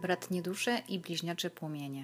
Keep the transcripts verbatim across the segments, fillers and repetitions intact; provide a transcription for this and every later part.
Bratnie dusze i bliźniacze płomienie.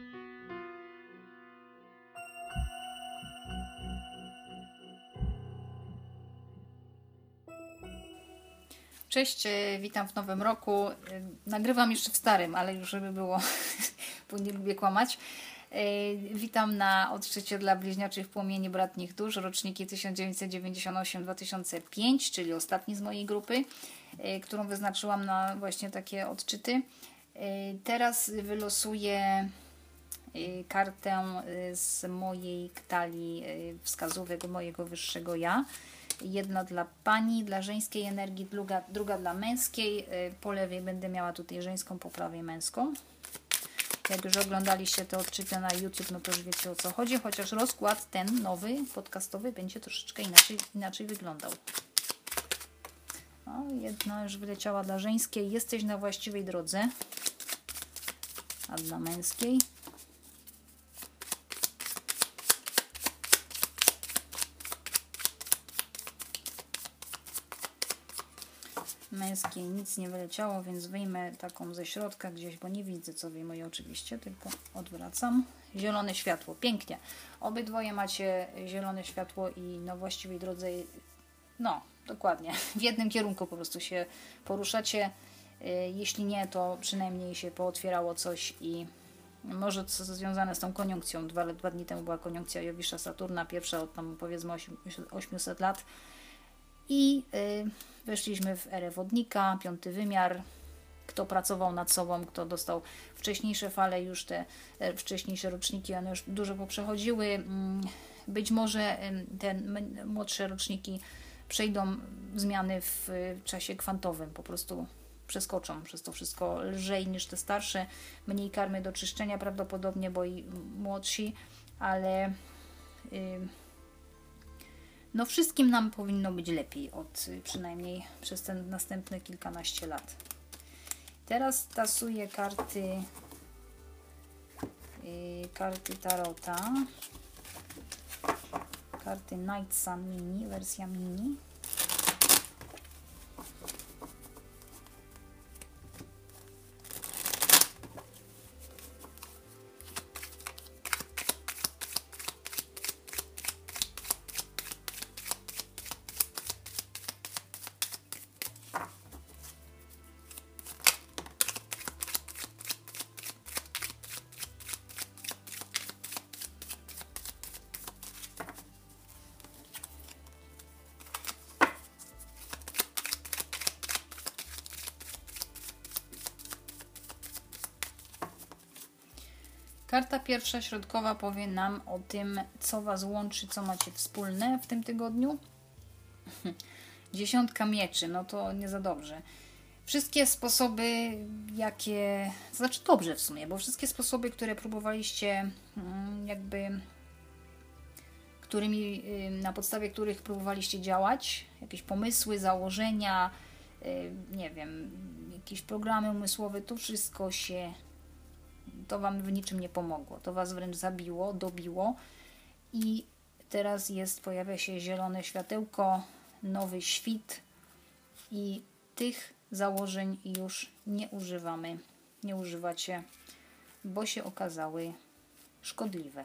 Cześć, witam w nowym roku. Nagrywam jeszcze w starym, ale już żeby było, bo nie lubię kłamać. Witam na odczycie dla bliźniaczych płomieni bratnich dusz, roczniki tysiąc dziewięćset dziewięćdziesiąt osiem do dwa tysiące piątego, czyli ostatni z mojej grupy, którą wyznaczyłam na właśnie takie odczyty. Teraz wylosuję kartę z mojej talii wskazówek mojego wyższego ja. Jedna dla pani, dla żeńskiej energii, druga, druga dla męskiej. Po lewej będę miała tutaj żeńską, po prawej męską. Jak już oglądaliście te odczyty na YouTube, no to już wiecie, o co chodzi, chociaż rozkład ten nowy, podcastowy, będzie troszeczkę inaczej, inaczej wyglądał. No, jedna już wyleciała dla żeńskiej. Jesteś na właściwej drodze. A dla męskiej? Męskiej nic nie wyleciało, więc wyjmę taką ze środka gdzieś, bo nie widzę, co wyjmuję oczywiście, tylko odwracam. Zielone światło, pięknie. Obydwoje macie zielone światło i na właściwej drodze, no dokładnie, w jednym kierunku po prostu się poruszacie. Jeśli nie, to przynajmniej się pootwierało coś i może co związane z tą koniunkcją. Dwa, dwa dni temu była koniunkcja Jowisza Saturna, pierwsza od tam powiedzmy osiemset lat. I y, weszliśmy w erę wodnika, piąty wymiar. Kto pracował nad sobą, kto dostał wcześniejsze fale, już te e, wcześniejsze roczniki, one już dużo poprzechodziły. Mm, być może y, te młodsze roczniki przejdą zmiany w y, czasie kwantowym, po prostu przeskoczą przez to wszystko lżej niż te starsze. Mniej karmy do czyszczenia prawdopodobnie, bo i młodsi, ale y, no wszystkim nam powinno być lepiej od przynajmniej przez ten następne kilkanaście lat. Teraz tasuję karty yy, karty Tarota. Karty Night Sun Mini, wersja mini. Karta pierwsza, środkowa, powie nam o tym, co Was łączy, co macie wspólne w tym tygodniu. Dziesiątka mieczy, no to nie za dobrze. Wszystkie sposoby, jakie... To znaczy dobrze w sumie, bo wszystkie sposoby, które próbowaliście jakby... którymi, na podstawie których próbowaliście działać, jakieś pomysły, założenia, nie wiem, jakieś programy umysłowe, to wszystko się... To Wam w niczym nie pomogło. To Was wręcz zabiło, dobiło i teraz jest, pojawia się zielone światełko, nowy świt i tych założeń już nie używamy. Nie używacie, bo się okazały szkodliwe.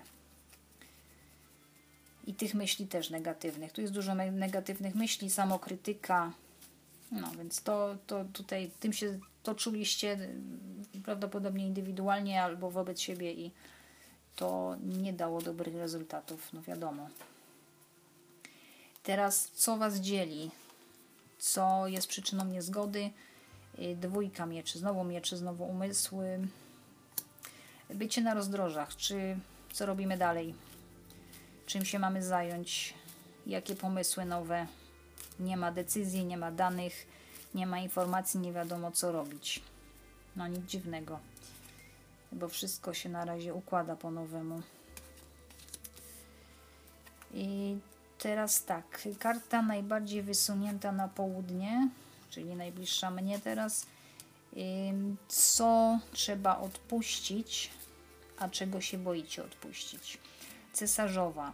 I tych myśli też negatywnych. Tu jest dużo negatywnych myśli, samokrytyka. No więc to, to tutaj tym się to czuliście prawdopodobnie indywidualnie albo wobec siebie i to nie dało dobrych rezultatów, no wiadomo. Teraz co Was dzieli? Co jest przyczyną niezgody? Dwójka mieczy, znowu mieczy, znowu umysły. Bycie na rozdrożach, czy co robimy dalej? Czym się mamy zająć? Jakie pomysły nowe? Nie ma decyzji, nie ma danych, nie ma informacji, nie wiadomo co robić. No nic dziwnego, bo wszystko się na razie układa po nowemu. I teraz tak, karta najbardziej wysunięta na południe, czyli najbliższa mnie teraz. Co trzeba odpuścić, a czego się boicie odpuścić? Cesarzowa.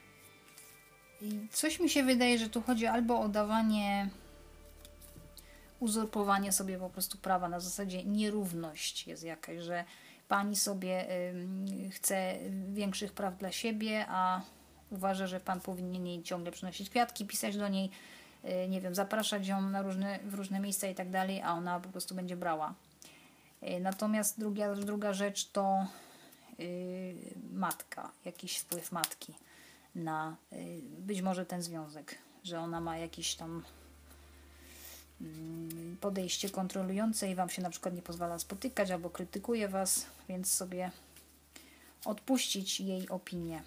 I coś mi się wydaje, że tu chodzi albo o dawanie uzurpowanie sobie po prostu prawa, na zasadzie nierówność jest jakaś, że pani sobie y, chce większych praw dla siebie, a uważa, że pan powinien jej ciągle przynosić kwiatki, pisać do niej, y, nie wiem, zapraszać ją na różne, w różne miejsca i tak dalej, a ona po prostu będzie brała. Y, natomiast druga, druga rzecz to y, matka, jakiś wpływ matki na y, być może ten związek, że ona ma jakiś tam podejście kontrolujące i Wam się na przykład nie pozwala spotykać albo krytykuje Was, więc sobie odpuścić jej opinię.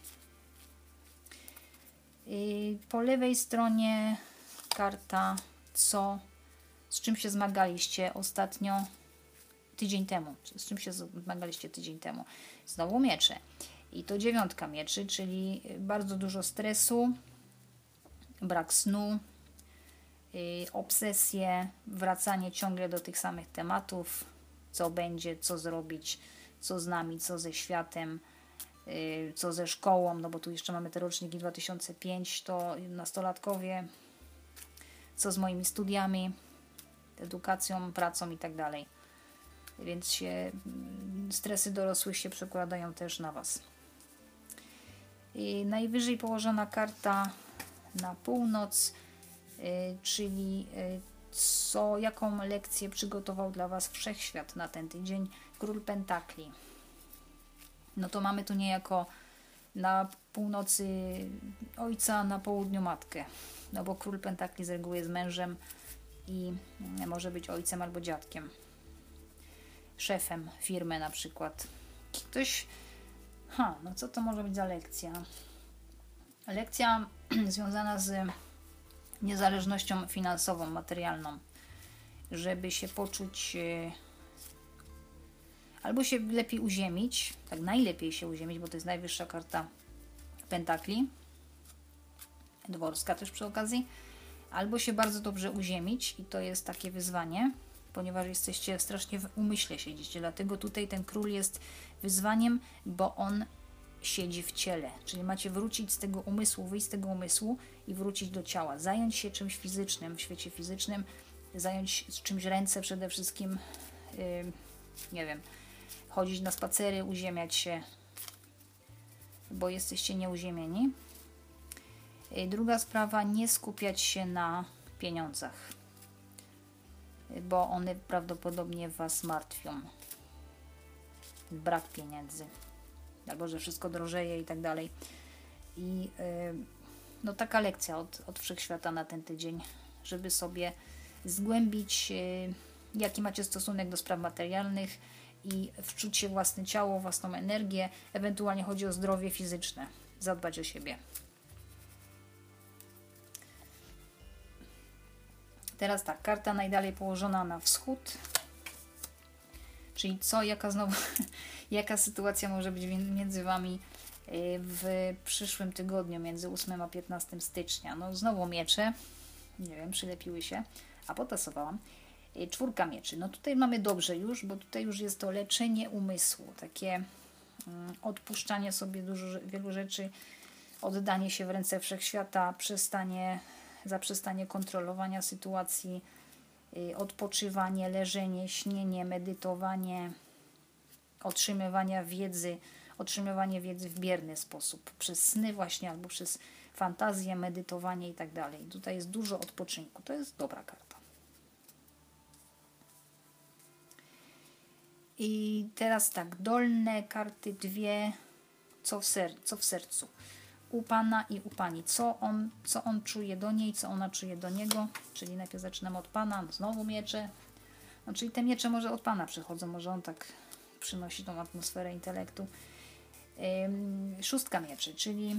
I po lewej stronie karta, co, z czym się zmagaliście ostatnio, tydzień temu. Z czym się zmagaliście tydzień temu. Znowu miecze. I to dziewiątka mieczy, czyli bardzo dużo stresu, brak snu, obsesje, wracanie ciągle do tych samych tematów, co będzie, co zrobić, co z nami, co ze światem, co ze szkołą, no bo tu jeszcze mamy te roczniki dwa tysiące piąty, to nastolatkowie, co z moimi studiami, edukacją, pracą i tak dalej. Więc się stresy dorosłych się przekładają też na Was. I najwyżej położona karta na północ, czyli co, jaką lekcję przygotował dla Was Wszechświat na ten tydzień. Król Pentakli. No to mamy tu niejako na północy ojca, na południu matkę. No bo Król Pentakli z reguły jest mężem i może być ojcem albo dziadkiem. Szefem firmy na przykład. Ktoś... Ha, no co to może być za lekcja? Lekcja związana z niezależnością finansową, materialną, żeby się poczuć albo się lepiej uziemić, tak najlepiej się uziemić, bo to jest najwyższa karta Pentakli, dworska też przy okazji, albo się bardzo dobrze uziemić i to jest takie wyzwanie, ponieważ jesteście strasznie w umyśle siedzicie, dlatego tutaj ten król jest wyzwaniem, bo on siedzi w ciele, czyli macie wrócić z tego umysłu, wyjść z tego umysłu i wrócić do ciała, zająć się czymś fizycznym, w świecie fizycznym, zająć czymś ręce przede wszystkim, yy, nie wiem, chodzić na spacery, uziemiać się, bo jesteście nieuziemieni. Yy, druga sprawa, nie skupiać się na pieniądzach, bo one prawdopodobnie Was martwią. Brak pieniędzy. Albo że wszystko drożeje i tak dalej. I yy, no taka lekcja od, od Wszechświata na ten tydzień, żeby sobie zgłębić, yy, jaki macie stosunek do spraw materialnych i wczuć się w własne ciało, własną energię. Ewentualnie chodzi o zdrowie fizyczne. Zadbać o siebie. Teraz tak, karta najdalej położona na wschód. Czyli co, jaka znowu, jaka sytuacja może być między Wami w przyszłym tygodniu, między ósmym a piętnastym stycznia. No znowu miecze, nie wiem, przylepiły się, a potasowałam. Czwórka mieczy. No tutaj mamy dobrze już, bo tutaj już jest to leczenie umysłu, takie um, odpuszczanie sobie dużo, wielu rzeczy, oddanie się w ręce Wszechświata, przestanie, zaprzestanie kontrolowania sytuacji, odpoczywanie, leżenie, śnienie, medytowanie, otrzymywanie wiedzy, otrzymywanie wiedzy w bierny sposób, przez sny właśnie, albo przez fantazję, medytowanie i tak dalej. Tutaj jest dużo odpoczynku. To jest dobra karta. I teraz tak, dolne karty dwie, co w, ser co w sercu. U Pana i u Pani. Co on, co on czuje do niej, co ona czuje do niego. Czyli najpierw zaczynamy od Pana, no znowu miecze. No, czyli te miecze może od Pana przychodzą, może on tak przynosi tą atmosferę intelektu. Ym, szóstka mieczy, czyli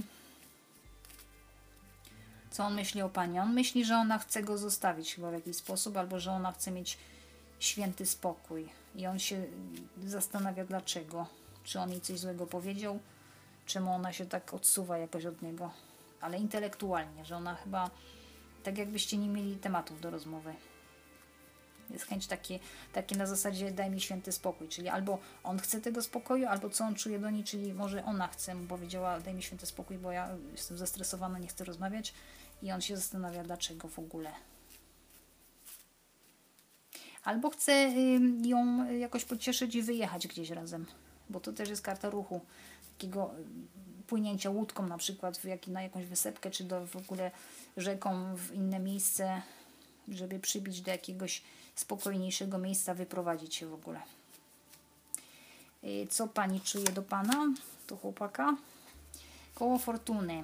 co on myśli o Pani. On myśli, że ona chce go zostawić chyba w jakiś sposób, albo że ona chce mieć święty spokój. I on się zastanawia dlaczego. Czy on jej coś złego powiedział, czemu ona się tak odsuwa jakoś od niego, ale intelektualnie, że ona chyba tak jakbyście nie mieli tematów do rozmowy. Jest chęć takie, takie na zasadzie daj mi święty spokój, czyli albo on chce tego spokoju, albo co on czuje do niej, czyli może ona chce, mu powiedziała daj mi święty spokój, bo ja jestem zestresowana, nie chcę rozmawiać i on się zastanawia dlaczego w ogóle. Albo chce y, ją jakoś pocieszyć i wyjechać gdzieś razem, bo to też jest karta ruchu, takiego płynięcia łódką na przykład w jak, na jakąś wysepkę, czy do, w ogóle rzeką w inne miejsce, żeby przybić do jakiegoś spokojniejszego miejsca, wyprowadzić się w ogóle. Co pani czuje do pana, do chłopaka? Koło fortuny.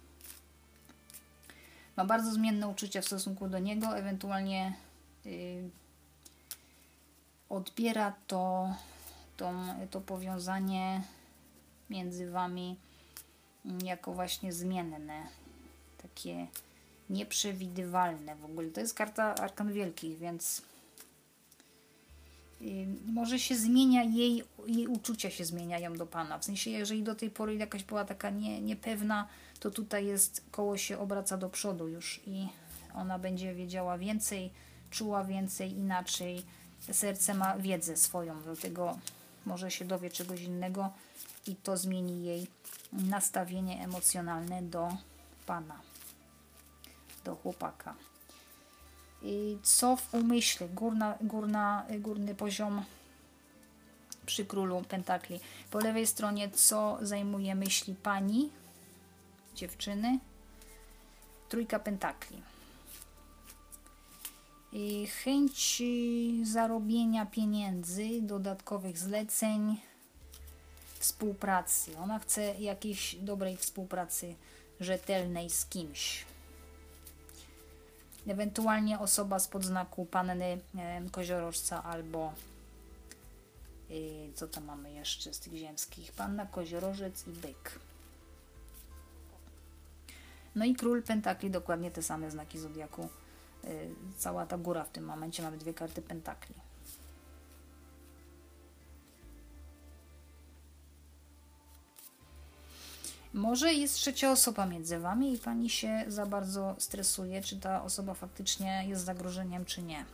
Ma bardzo zmienne uczucia w stosunku do niego, ewentualnie yy, odbiera to, to, to powiązanie między wami jako właśnie zmienne, takie nieprzewidywalne w ogóle. To jest karta Arkan Wielkich, więc yy, może się zmienia jej, jej uczucia się zmieniają do pana. W sensie, jeżeli do tej pory jakaś była taka nie, niepewna, to tutaj jest, koło się obraca do przodu już i ona będzie wiedziała więcej, czuła więcej, inaczej. Serce ma wiedzę swoją, dlatego może się dowie czegoś innego i to zmieni jej nastawienie emocjonalne do pana, do chłopaka. I co w umyśle? Górna, górna, górny poziom przy królu pentakli. Po lewej stronie co zajmuje myśli pani, dziewczyny? Trójka pentakli. I chęć zarobienia pieniędzy, dodatkowych zleceń, współpracy. Ona chce jakiejś dobrej współpracy, rzetelnej z kimś. Ewentualnie osoba spod znaku panny e, koziorożca albo e, co tam mamy jeszcze z tych ziemskich? Panna, koziorożec i byk. No i król pentakli, dokładnie te same znaki zodiaku. E, cała ta góra w tym momencie, mamy dwie karty pentakli. Może jest trzecia osoba między wami i pani się za bardzo stresuje, czy ta osoba faktycznie jest zagrożeniem, czy nie.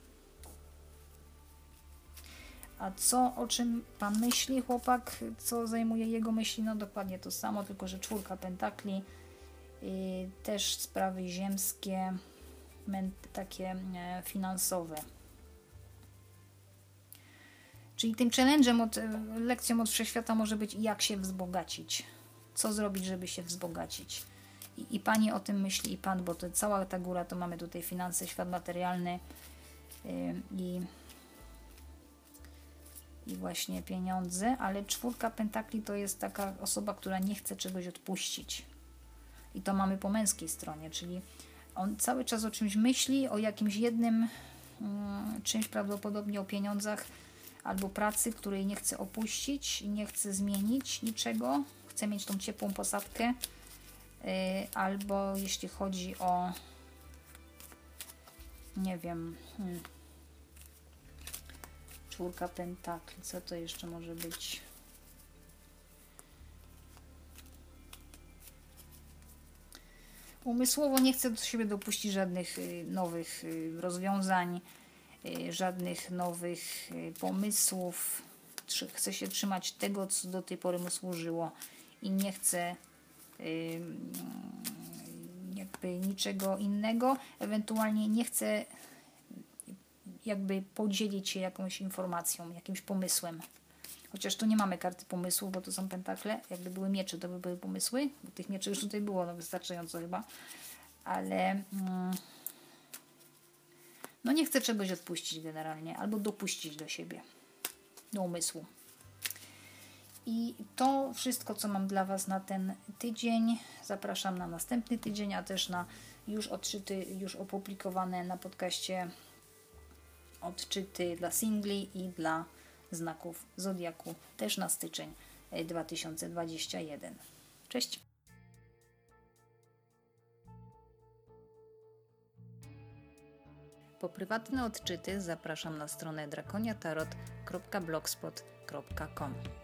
A co, o czym pan myśli, chłopak? Co zajmuje jego myśli? No dokładnie to samo, tylko że czwórka pentakli, yy, też sprawy ziemskie, takie e, finansowe. Czyli tym challenge'em, od, lekcją od wszechświata może być, jak się wzbogacić. Co zrobić, żeby się wzbogacić. I, i pani o tym myśli, i pan, bo to cała ta góra, to mamy tutaj finanse, świat materialny yy, i, i właśnie pieniądze, ale czwórka pentakli to jest taka osoba, która nie chce czegoś odpuścić. I to mamy po męskiej stronie, czyli on cały czas o czymś myśli, o jakimś jednym yy, czymś, prawdopodobnie o pieniądzach albo pracy, której nie chce opuścić, nie chce zmienić niczego. Chce mieć tą ciepłą posadkę, yy, albo jeśli chodzi o, nie wiem, hmm, czwórka pentakli, co to jeszcze może być? Umysłowo nie chce do siebie dopuścić żadnych yy, nowych yy, rozwiązań, yy, żadnych nowych yy, pomysłów. Tr- chce się trzymać tego, co do tej pory mu służyło. I nie chce yy, jakby niczego innego, ewentualnie nie chce jakby podzielić się jakąś informacją, jakimś pomysłem. Chociaż tu nie mamy karty pomysłu, bo to są pentakle. Jakby były miecze, to by były pomysły. Bo tych mieczy już tutaj było, no wystarczająco chyba. Ale yy, no nie chce czegoś odpuścić generalnie, albo dopuścić do siebie, do umysłu. I to wszystko, co mam dla Was na ten tydzień. Zapraszam na następny tydzień, a też na już odczyty, już opublikowane na podcaście odczyty dla singli i dla znaków zodiaku, też na styczeń dwa tysiące dwudziesty pierwszy. Cześć! Po prywatne odczyty zapraszam na stronę drakoniatarot kropka blogspot kropka com.